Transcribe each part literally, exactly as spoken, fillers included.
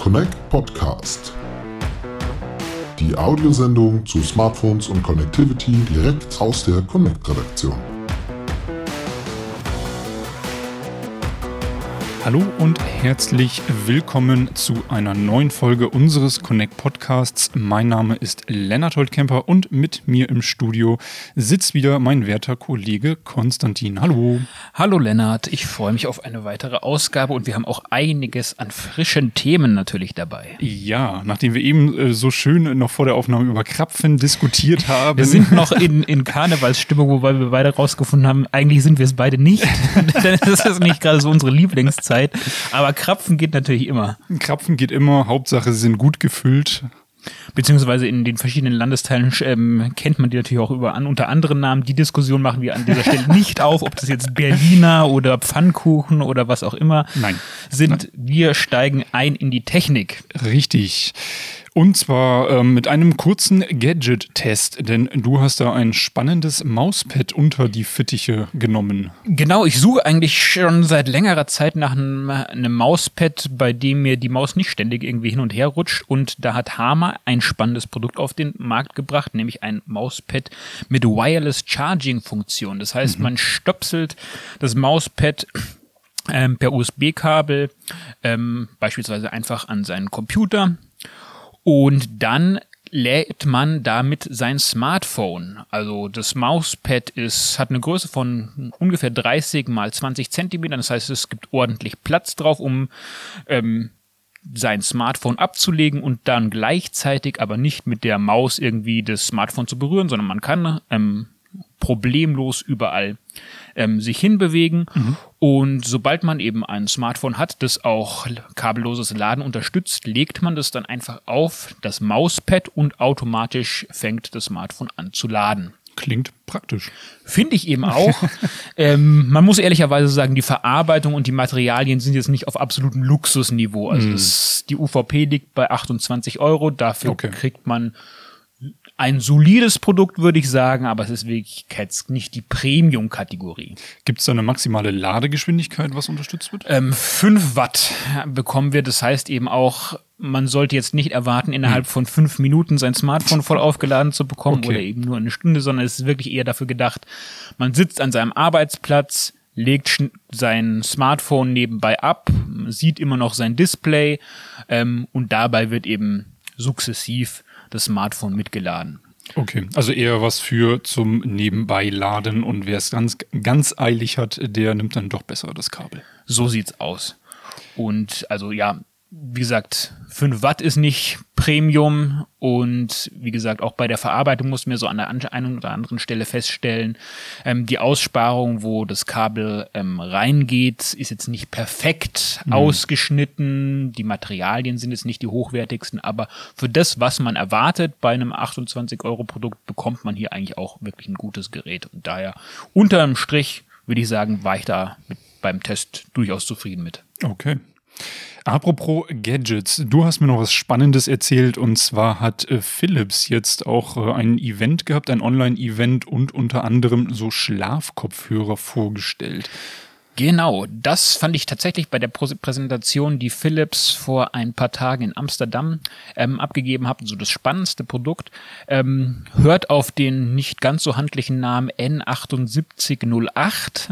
Connect Podcast. Die Audiosendung zu Smartphones und Connectivity direkt aus der Connect-Redaktion. Hallo und herzlich willkommen zu einer neuen Folge unseres Connect Podcasts. Mein Name ist Lennart Holtkemper und mit mir im Studio sitzt wieder mein werter Kollege Konstantin. Hallo. Hallo Lennart, ich freue mich auf eine weitere Ausgabe und wir haben auch einiges an frischen Themen natürlich dabei. Ja, nachdem wir eben äh, so schön noch vor der Aufnahme über Krapfen diskutiert haben. Wir sind noch in, in Karnevalsstimmung, wobei wir beide rausgefunden haben, eigentlich sind wir es beide nicht. Das ist nicht gerade so unsere Lieblingszeit. Aber Krapfen geht natürlich immer. Krapfen geht immer, Hauptsache sie sind gut gefüllt. Beziehungsweise in den verschiedenen Landesteilen ähm, kennt man die natürlich auch über an, unter anderen Namen. Die Diskussion machen wir an dieser Stelle nicht auf, ob das jetzt Berliner oder Pfannkuchen oder was auch immer Nein. sind. Nein. Wir steigen ein in die Technik. Richtig. Und zwar ähm, mit einem kurzen Gadget-Test, denn du hast da ein spannendes Mauspad unter die Fittiche genommen. Genau, ich suche eigentlich schon seit längerer Zeit nach einem, einem Mauspad, bei dem mir die Maus nicht ständig irgendwie hin und her rutscht. Und da hat Hama ein spannendes Produkt auf den Markt gebracht, nämlich ein Mauspad mit Wireless Charging-Funktion. Das heißt, mhm. man stöpselt das Mauspad ähm, per U S B-Kabel ähm, beispielsweise einfach an seinen Computer. Und dann lädt man damit sein Smartphone. Also das Mauspad ist, hat eine Größe von ungefähr dreißig mal zwanzig Zentimetern. Das heißt, es gibt ordentlich Platz drauf, um ähm, sein Smartphone abzulegen und dann gleichzeitig aber nicht mit der Maus irgendwie das Smartphone zu berühren, sondern man kann ähm, problemlos überall ähm, sich hinbewegen. Mhm. Und sobald man eben ein Smartphone hat, das auch kabelloses Laden unterstützt, legt man das dann einfach auf das Mauspad und automatisch fängt das Smartphone an zu laden. Klingt praktisch. Finde ich eben auch. ähm, man muss ehrlicherweise sagen, die Verarbeitung und die Materialien sind jetzt nicht auf absolutem Luxusniveau. Also mm. das, die U V P liegt bei achtundzwanzig Euro. Dafür okay. kriegt man ein solides Produkt, würde ich sagen, aber es ist wirklich jetzt nicht die Premium-Kategorie. Gibt es da eine maximale Ladegeschwindigkeit, was unterstützt wird? Ähm, fünf Watt bekommen wir. Das heißt eben auch, man sollte jetzt nicht erwarten, innerhalb hm. von fünf Minuten sein Smartphone voll aufgeladen zu bekommen okay. oder eben nur eine Stunde, sondern es ist wirklich eher dafür gedacht, man sitzt an seinem Arbeitsplatz, legt sch- sein Smartphone nebenbei ab, sieht immer noch sein Display ähm, und dabei wird eben sukzessiv das Smartphone mitgeladen. Okay, also eher was für zum Nebenbeiladen und wer es ganz, ganz eilig hat, der nimmt dann doch besser das Kabel. So sieht's aus. Und also ja, wie gesagt, fünf Watt ist nicht Premium und wie gesagt, auch bei der Verarbeitung mussten wir so an der einen oder anderen Stelle feststellen, ähm, die Aussparung, wo das Kabel ähm, reingeht, ist jetzt nicht perfekt mhm. ausgeschnitten, die Materialien sind jetzt nicht die hochwertigsten, aber für das, was man erwartet bei einem achtundzwanzig Euro Produkt, bekommt man hier eigentlich auch wirklich ein gutes Gerät und daher unterm Strich würde ich sagen, war ich da mit, beim Test durchaus zufrieden mit. Okay. Apropos Gadgets, du hast mir noch was Spannendes erzählt und zwar hat äh, Philips jetzt auch äh, ein Event gehabt, ein Online-Event und unter anderem so Schlafkopfhörer vorgestellt. Genau, das fand ich tatsächlich bei der Präsentation, die Philips vor ein paar Tagen in Amsterdam ähm, abgegeben hat, so das spannendste Produkt. Ähm, hört auf den nicht ganz so handlichen Namen N achtundsiebzig null acht.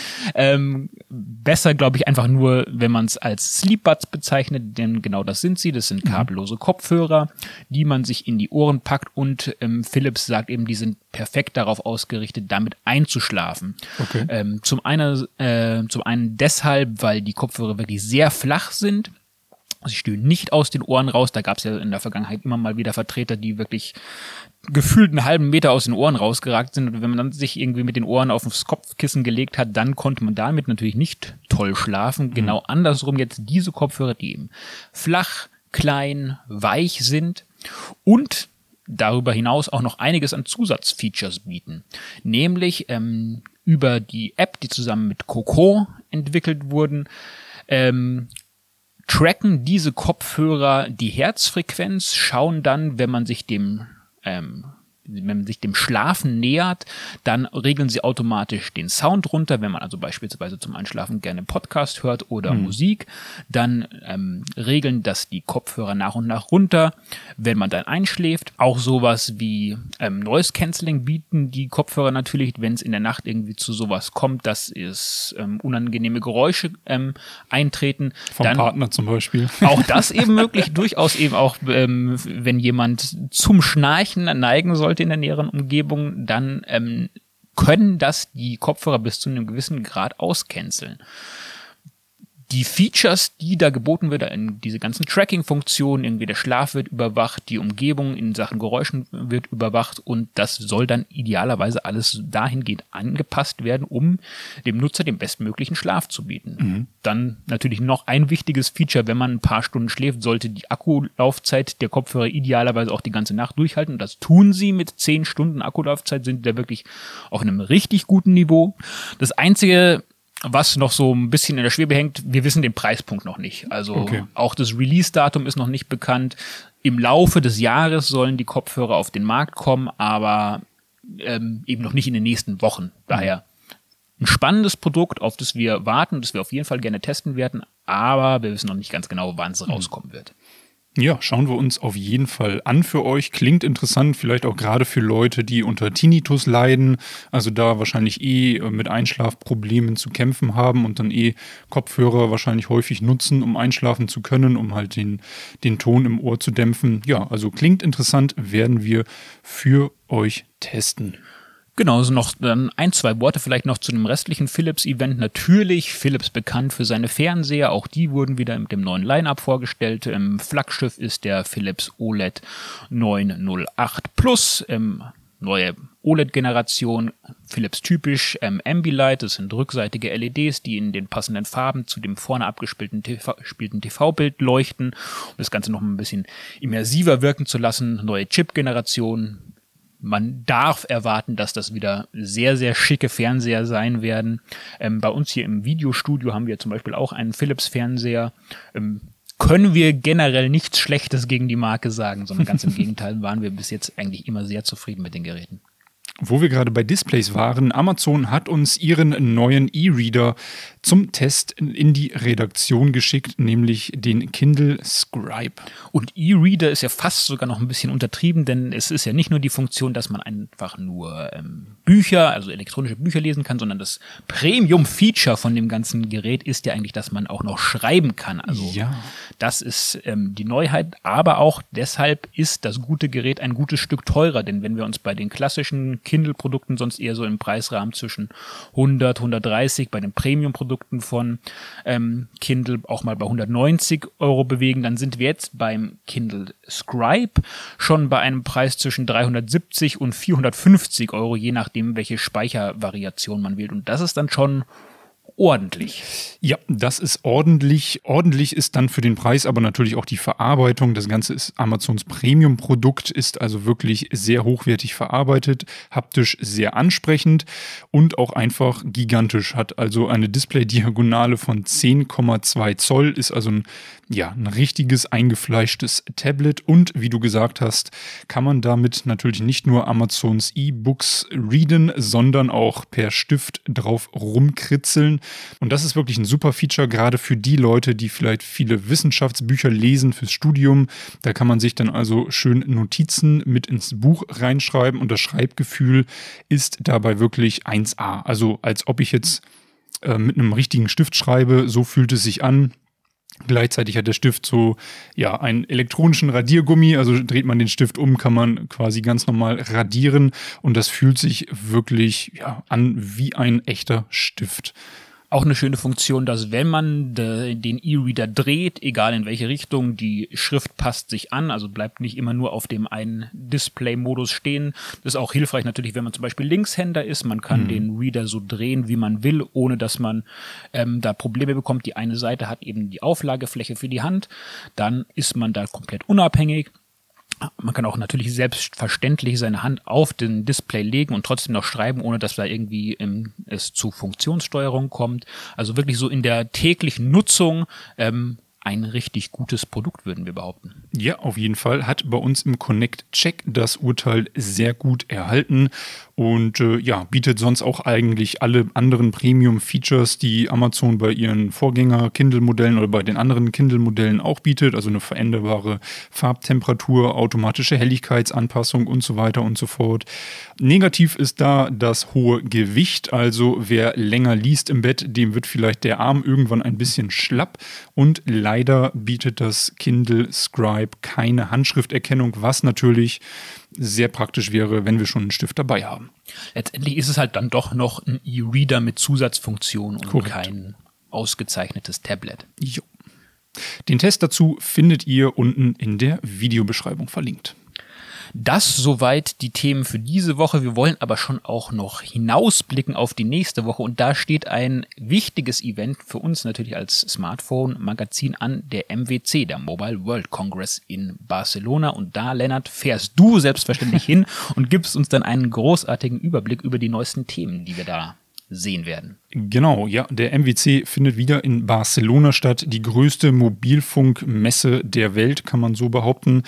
ähm, besser, glaube ich, einfach nur, wenn man es als Sleepbuds bezeichnet, denn genau das sind sie. Das sind kabellose Kopfhörer, die man sich in die Ohren packt und ähm, Philips sagt eben, die sind perfekt darauf ausgerichtet, damit einzuschlafen. Okay. Ähm, zum einen äh, Zum einen deshalb, weil die Kopfhörer wirklich sehr flach sind. Sie stöhnen nicht aus den Ohren raus. Da gab es ja in der Vergangenheit immer mal wieder Vertreter, die wirklich gefühlt einen halben Meter aus den Ohren rausgeragt sind. Und wenn man dann sich irgendwie mit den Ohren auf das Kopfkissen gelegt hat, dann konnte man damit natürlich nicht toll schlafen. Mhm. Genau andersrum jetzt diese Kopfhörer, die eben flach, klein, weich sind und darüber hinaus auch noch einiges an Zusatzfeatures bieten. Nämlich ähm, über die App, die zusammen mit Coco entwickelt wurden, ähm, tracken diese Kopfhörer die Herzfrequenz, schauen dann, wenn man sich dem ähm, wenn man sich dem Schlafen nähert, dann regeln sie automatisch den Sound runter. Wenn man also beispielsweise zum Einschlafen gerne Podcast hört oder mhm. Musik, dann ähm, regeln das die Kopfhörer nach und nach runter, wenn man dann einschläft. Auch sowas wie ähm, Noise Cancelling bieten die Kopfhörer natürlich, wenn es in der Nacht irgendwie zu sowas kommt, dass es ähm, unangenehme Geräusche ähm, eintreten. Vom dann Partner zum Beispiel. Auch das eben möglich, durchaus eben auch, ähm, wenn jemand zum Schnarchen neigen sollte in der näheren Umgebung, dann ähm, können das die Kopfhörer bis zu einem gewissen Grad auscanceln. Die Features, die da geboten werden, diese ganzen Tracking-Funktionen, irgendwie der Schlaf wird überwacht, die Umgebung in Sachen Geräuschen wird überwacht und das soll dann idealerweise alles dahingehend angepasst werden, um dem Nutzer den bestmöglichen Schlaf zu bieten. Mhm. Dann natürlich noch ein wichtiges Feature, wenn man ein paar Stunden schläft, sollte die Akkulaufzeit der Kopfhörer idealerweise auch die ganze Nacht durchhalten und das tun sie mit zehn Stunden Akkulaufzeit, sind da wirklich auf einem richtig guten Niveau. Das einzige, was noch so ein bisschen in der Schwebe hängt, wir wissen den Preispunkt noch nicht. Also okay. Auch das Release-Datum ist noch nicht bekannt. Im Laufe des Jahres sollen die Kopfhörer auf den Markt kommen, aber ähm, eben noch nicht in den nächsten Wochen. Daher ein spannendes Produkt, auf das wir warten, das wir auf jeden Fall gerne testen werden, aber wir wissen noch nicht ganz genau, wann es rauskommen wird. Ja, schauen wir uns auf jeden Fall an für euch. Klingt interessant, vielleicht auch gerade für Leute, die unter Tinnitus leiden, also da wahrscheinlich eh mit Einschlafproblemen zu kämpfen haben und dann eh Kopfhörer wahrscheinlich häufig nutzen, um einschlafen zu können, um halt den, den Ton im Ohr zu dämpfen. Ja, also klingt interessant, werden wir für euch testen. Genau, also noch dann ein, zwei Worte vielleicht noch zu dem restlichen Philips-Event. Natürlich, Philips bekannt für seine Fernseher, auch die wurden wieder mit dem neuen Line-Up vorgestellt. Im Flaggschiff ist der Philips O L E D neun null acht Plus, ähm, neue O L E D-Generation, Philips typisch, ähm, Ambilight, das sind rückseitige L E Ds, die in den passenden Farben zu dem vorne abgespielten T V-Bild leuchten, um das Ganze noch ein bisschen immersiver wirken zu lassen. Neue Chip-Generation. Man darf erwarten, dass das wieder sehr, sehr schicke Fernseher sein werden. Ähm, bei uns hier im Videostudio haben wir zum Beispiel auch einen Philips-Fernseher. Ähm, können wir generell nichts Schlechtes gegen die Marke sagen, sondern ganz im Gegenteil waren wir bis jetzt eigentlich immer sehr zufrieden mit den Geräten. Wo wir gerade bei Displays waren, Amazon hat uns ihren neuen E-Reader zum Test in die Redaktion geschickt, nämlich den Kindle Scribe. Und E-Reader ist ja fast sogar noch ein bisschen untertrieben, denn es ist ja nicht nur die Funktion, dass man einfach nur ähm, Bücher, also elektronische Bücher lesen kann, sondern das Premium-Feature von dem ganzen Gerät ist ja eigentlich, dass man auch noch schreiben kann. Also ja. Das ist ähm, die Neuheit, aber auch deshalb ist das gute Gerät ein gutes Stück teurer, denn wenn wir uns bei den klassischen Kindle-Produkten sonst eher so im Preisrahmen zwischen hundert, hundertdreißig, bei den Premium-Produkten von ähm, Kindle auch mal bei hundertneunzig Euro bewegen, dann sind wir jetzt beim Kindle Scribe schon bei einem Preis zwischen dreihundertsiebzig und vierhundertfünfzig Euro, je nachdem, welche Speichervariation man wählt. Und das ist dann schon ordentlich. Ja, das ist ordentlich. Ordentlich ist dann für den Preis aber natürlich auch die Verarbeitung. Das Ganze ist Amazons Premium-Produkt, ist also wirklich sehr hochwertig verarbeitet, haptisch sehr ansprechend und auch einfach gigantisch. Hat also eine Display-Diagonale von zehn Komma zwei Zoll, ist also ein, ja, ein richtiges eingefleischtes Tablet und wie du gesagt hast, kann man damit natürlich nicht nur Amazons E-Books readen, sondern auch per Stift drauf rumkritzeln. Und das ist wirklich ein super Feature, gerade für die Leute, die vielleicht viele Wissenschaftsbücher lesen fürs Studium. Da kann man sich dann also schön Notizen mit ins Buch reinschreiben und das Schreibgefühl ist dabei wirklich eins A. Also als ob ich jetzt äh, mit einem richtigen Stift schreibe, so fühlt es sich an. Gleichzeitig hat der Stift so, ja, einen elektronischen Radiergummi, also dreht man den Stift um, kann man quasi ganz normal radieren und das fühlt sich wirklich, ja, an wie ein echter Stift. Auch eine schöne Funktion, dass wenn man de, den E-Reader dreht, egal in welche Richtung, die Schrift passt sich an, also bleibt nicht immer nur auf dem einen Display-Modus stehen. Das ist auch hilfreich natürlich, wenn man zum Beispiel Linkshänder ist. Man kann mhm. den Reader so drehen, wie man will, ohne dass man ähm, da Probleme bekommt. Die eine Seite hat eben die Auflagefläche für die Hand, dann ist man da komplett unabhängig. Man kann auch natürlich selbstverständlich seine Hand auf den Display legen und trotzdem noch schreiben, ohne dass da irgendwie ähm, es zu Funktionssteuerung kommt. Also wirklich so in der täglichen Nutzung ähm, ein richtig gutes Produkt, würden wir behaupten. Ja, auf jeden Fall. Hat bei uns im Connect-Check das Urteil sehr gut erhalten und äh, ja, bietet sonst auch eigentlich alle anderen Premium-Features, die Amazon bei ihren Vorgänger-Kindle-Modellen oder bei den anderen Kindle-Modellen auch bietet. Also eine veränderbare Farbtemperatur, automatische Helligkeitsanpassung und so weiter und so fort. Negativ ist da das hohe Gewicht. Also wer länger liest im Bett, dem wird vielleicht der Arm irgendwann ein bisschen schlapp und leider bietet das Kindle Scribe keine Handschrifterkennung, was natürlich sehr praktisch wäre, wenn wir schon einen Stift dabei haben. Letztendlich ist es halt dann doch noch ein E-Reader mit Zusatzfunktion und Korrekt. Kein ausgezeichnetes Tablet. Jo. Den Test dazu findet ihr unten in der Videobeschreibung verlinkt. Das soweit die Themen für diese Woche. Wir wollen aber schon auch noch hinausblicken auf die nächste Woche. Und da steht ein wichtiges Event für uns natürlich als Smartphone-Magazin an, der M W C, der Mobile World Congress in Barcelona. Und da, Lennart, fährst du selbstverständlich hin und gibst uns dann einen großartigen Überblick über die neuesten Themen, die wir da sehen werden. Genau, ja, der M W C findet wieder in Barcelona statt. Die größte Mobilfunkmesse der Welt, kann man so behaupten.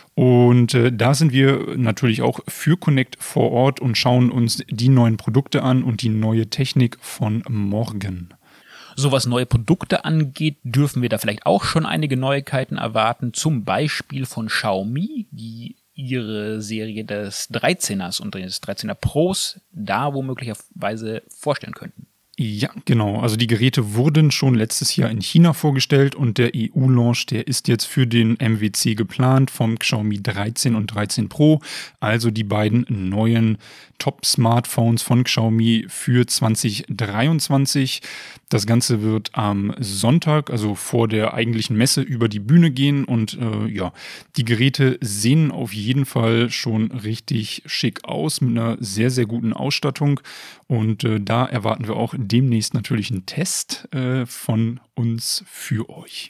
Und äh, da sind wir natürlich auch für Connect vor Ort und schauen uns die neuen Produkte an und die neue Technik von morgen. So was neue Produkte angeht, dürfen wir da vielleicht auch schon einige Neuigkeiten erwarten. Zum Beispiel von Xiaomi, die ihre Serie des dreizehners und des dreizehner Pros da womöglicherweise vorstellen könnten. Ja, genau. Also die Geräte wurden schon letztes Jahr in China vorgestellt und der E U-Launch, der ist jetzt für den M W C geplant vom Xiaomi dreizehn und dreizehn Pro, also die beiden neuen Top-Smartphones von Xiaomi für zwanzig dreiundzwanzig. Das Ganze wird am Sonntag, also vor der eigentlichen Messe, über die Bühne gehen und äh, ja, die Geräte sehen auf jeden Fall schon richtig schick aus mit einer sehr, sehr guten Ausstattung und äh, da erwarten wir auch demnächst natürlich einen Test äh, von uns für euch.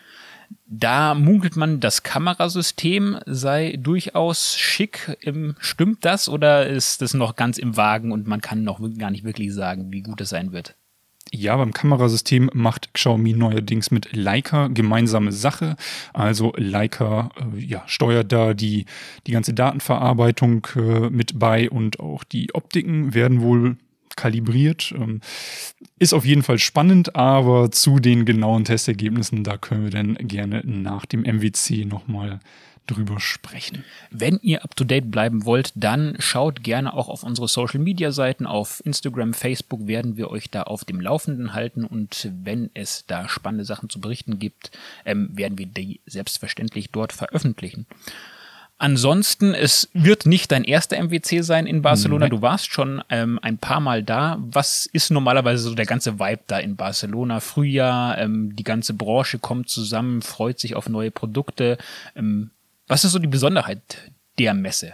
Da munkelt man, das Kamerasystem sei durchaus schick. Stimmt das oder ist das noch ganz im Wagen und man kann noch gar nicht wirklich sagen, wie gut es sein wird? Ja, beim Kamerasystem macht Xiaomi neuerdings mit Leica gemeinsame Sache. Also Leica äh, ja, steuert da die, die ganze Datenverarbeitung äh, mit bei und auch die Optiken werden wohl kalibriert. Ähm, ist auf jeden Fall spannend, aber zu den genauen Testergebnissen, da können wir dann gerne nach dem M W C nochmal drüber sprechen. Wenn ihr up-to-date bleiben wollt, dann schaut gerne auch auf unsere Social-Media-Seiten. Auf Instagram, Facebook werden wir euch da auf dem Laufenden halten und wenn es da spannende Sachen zu berichten gibt, ähm, werden wir die selbstverständlich dort veröffentlichen. Ansonsten, es wird nicht dein erster M W C sein in Barcelona. Du warst schon ähm, ein paar Mal da. Was ist normalerweise so der ganze Vibe da in Barcelona? Frühjahr, ähm, die ganze Branche kommt zusammen, freut sich auf neue Produkte. Ähm, was ist so die Besonderheit der Messe?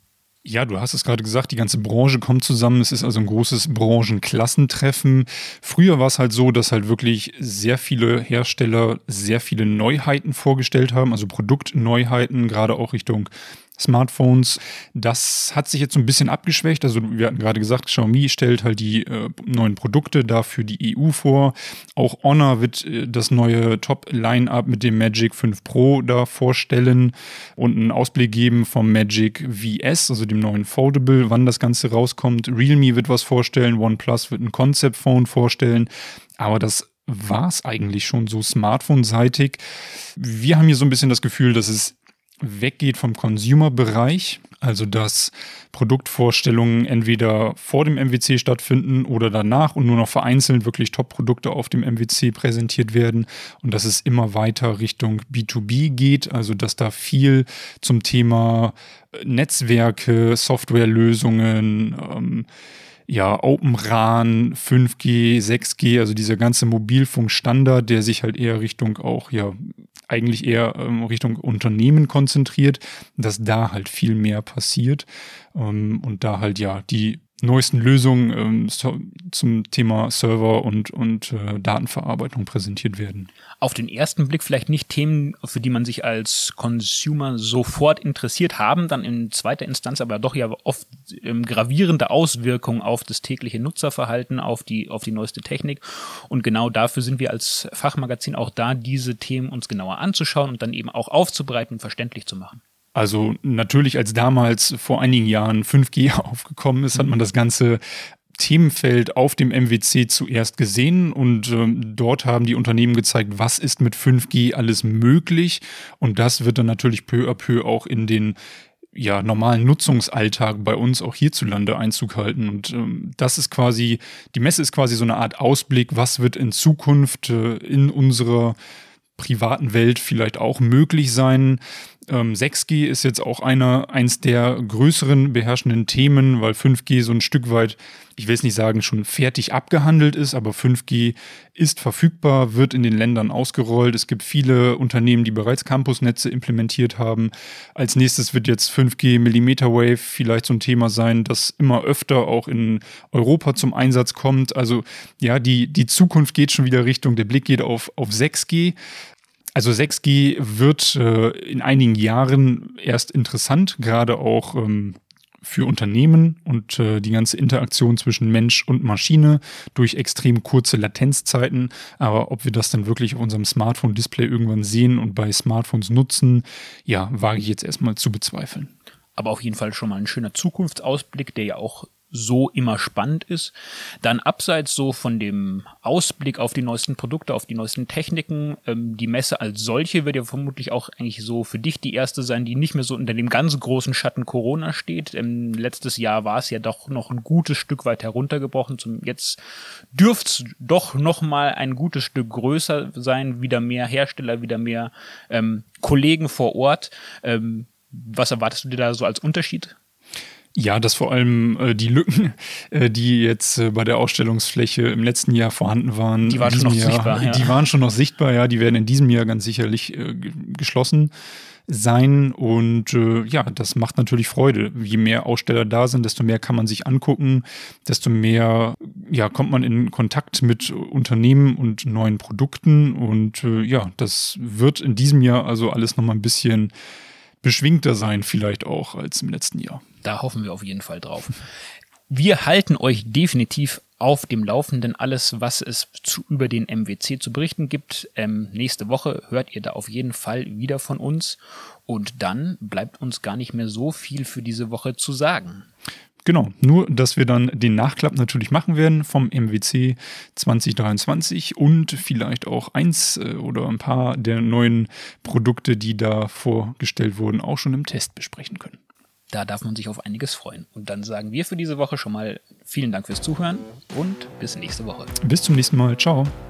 Ja, du hast es gerade gesagt, die ganze Branche kommt zusammen. Es ist also ein großes Branchenklassentreffen. Früher war es halt so, dass halt wirklich sehr viele Hersteller sehr viele Neuheiten vorgestellt haben, also Produktneuheiten, gerade auch Richtung Smartphones. Das hat sich jetzt so ein bisschen abgeschwächt. Also wir hatten gerade gesagt, Xiaomi stellt halt die äh, neuen Produkte da für die E U vor. Auch Honor wird äh, das neue Top-Line-Up mit dem Magic fünf Pro da vorstellen und einen Ausblick geben vom Magic V S, also dem neuen Foldable, wann das Ganze rauskommt. Realme wird was vorstellen, OnePlus wird ein Concept-Phone vorstellen. Aber das war es eigentlich schon so smartphone-seitig. Wir haben hier so ein bisschen das Gefühl, dass es weggeht vom Consumer-Bereich, also dass Produktvorstellungen entweder vor dem M W C stattfinden oder danach und nur noch vereinzelt wirklich Top-Produkte auf dem M W C präsentiert werden und dass es immer weiter Richtung B zwei B geht, also dass da viel zum Thema Netzwerke, Softwarelösungen, ähm, ja, Open R A N, fünf G, sechs G, also dieser ganze Mobilfunkstandard, der sich halt eher Richtung auch, ja, eigentlich eher ähm, Richtung Unternehmen konzentriert, dass da halt viel mehr passiert ähm, und da halt ja die neuesten Lösungen ähm, so, zum Thema Server und, und äh, Datenverarbeitung präsentiert werden. Auf den ersten Blick vielleicht nicht Themen, für die man sich als Consumer sofort interessiert haben, dann in zweiter Instanz aber doch ja oft ähm, gravierende Auswirkungen auf das tägliche Nutzerverhalten, auf die, auf die neueste Technik. Und genau dafür sind wir als Fachmagazin auch da, diese Themen uns genauer anzuschauen und dann eben auch aufzubereiten und verständlich zu machen. Also natürlich, als damals vor einigen Jahren fünf G aufgekommen ist, hat man das ganze Themenfeld auf dem M W C zuerst gesehen und ähm, dort haben die Unternehmen gezeigt, was ist mit fünf G alles möglich, und das wird dann natürlich peu à peu auch in den ja, normalen Nutzungsalltag bei uns auch hierzulande Einzug halten. Und ähm, das ist quasi, die Messe ist quasi so eine Art Ausblick, was wird in Zukunft äh, in unserer privaten Welt vielleicht auch möglich sein. Ähm, sechs G ist jetzt auch einer, eins der größeren beherrschenden Themen, weil fünf G so ein Stück weit, ich will es nicht sagen, schon fertig abgehandelt ist, aber fünf G ist verfügbar, wird in den Ländern ausgerollt. Es gibt viele Unternehmen, die bereits Campusnetze implementiert haben. Als nächstes wird jetzt fünf G Millimeter Wave vielleicht so ein Thema sein, das immer öfter auch in Europa zum Einsatz kommt. Also ja, die, die Zukunft geht schon wieder Richtung, der Blick geht auf, auf sechs G. Also sechs G wird äh, in einigen Jahren erst interessant, gerade auch ähm, für Unternehmen und äh, die ganze Interaktion zwischen Mensch und Maschine durch extrem kurze Latenzzeiten. Aber ob wir das dann wirklich auf unserem Smartphone-Display irgendwann sehen und bei Smartphones nutzen, ja, wage ich jetzt erstmal zu bezweifeln. Aber auf jeden Fall schon mal ein schöner Zukunftsausblick, der ja auch so immer spannend ist. Dann abseits so von dem Ausblick auf die neuesten Produkte, auf die neuesten Techniken, ähm, die Messe als solche wird ja vermutlich auch eigentlich so für dich die erste sein, die nicht mehr so unter dem ganz großen Schatten Corona steht. Ähm, letztes Jahr war es ja doch noch ein gutes Stück weit heruntergebrochen. Zum, jetzt dürfte es doch noch mal ein gutes Stück größer sein, wieder mehr Hersteller, wieder mehr ähm, Kollegen vor Ort. Ähm, was erwartest du dir da so als Unterschied? Ja, dass vor allem äh, die Lücken, äh, die jetzt äh, bei der Ausstellungsfläche im letzten Jahr vorhanden waren, die waren schon noch Jahr, sichtbar. Ja. Die waren schon noch sichtbar, ja, die werden in diesem Jahr ganz sicherlich äh, g- geschlossen sein, und äh, ja, das macht natürlich Freude. Je mehr Aussteller da sind, desto mehr kann man sich angucken, desto mehr ja, kommt man in Kontakt mit Unternehmen und neuen Produkten, und äh, ja, das wird in diesem Jahr also alles nochmal ein bisschen beschwingter sein vielleicht auch als im letzten Jahr. Da hoffen wir auf jeden Fall drauf. Wir halten euch definitiv auf dem Laufenden, alles, was es zu, über den M W C zu berichten gibt. Ähm, nächste Woche hört ihr da auf jeden Fall wieder von uns. Und dann bleibt uns gar nicht mehr so viel für diese Woche zu sagen. Genau, nur, dass wir dann den Nachklapp natürlich machen werden vom M W C zwanzig dreiundzwanzig und vielleicht auch eins äh, oder ein paar der neuen Produkte, die da vorgestellt wurden, auch schon im Test besprechen können. Da darf man sich auf einiges freuen. Und dann sagen wir für diese Woche schon mal vielen Dank fürs Zuhören und bis nächste Woche. Bis zum nächsten Mal. Ciao.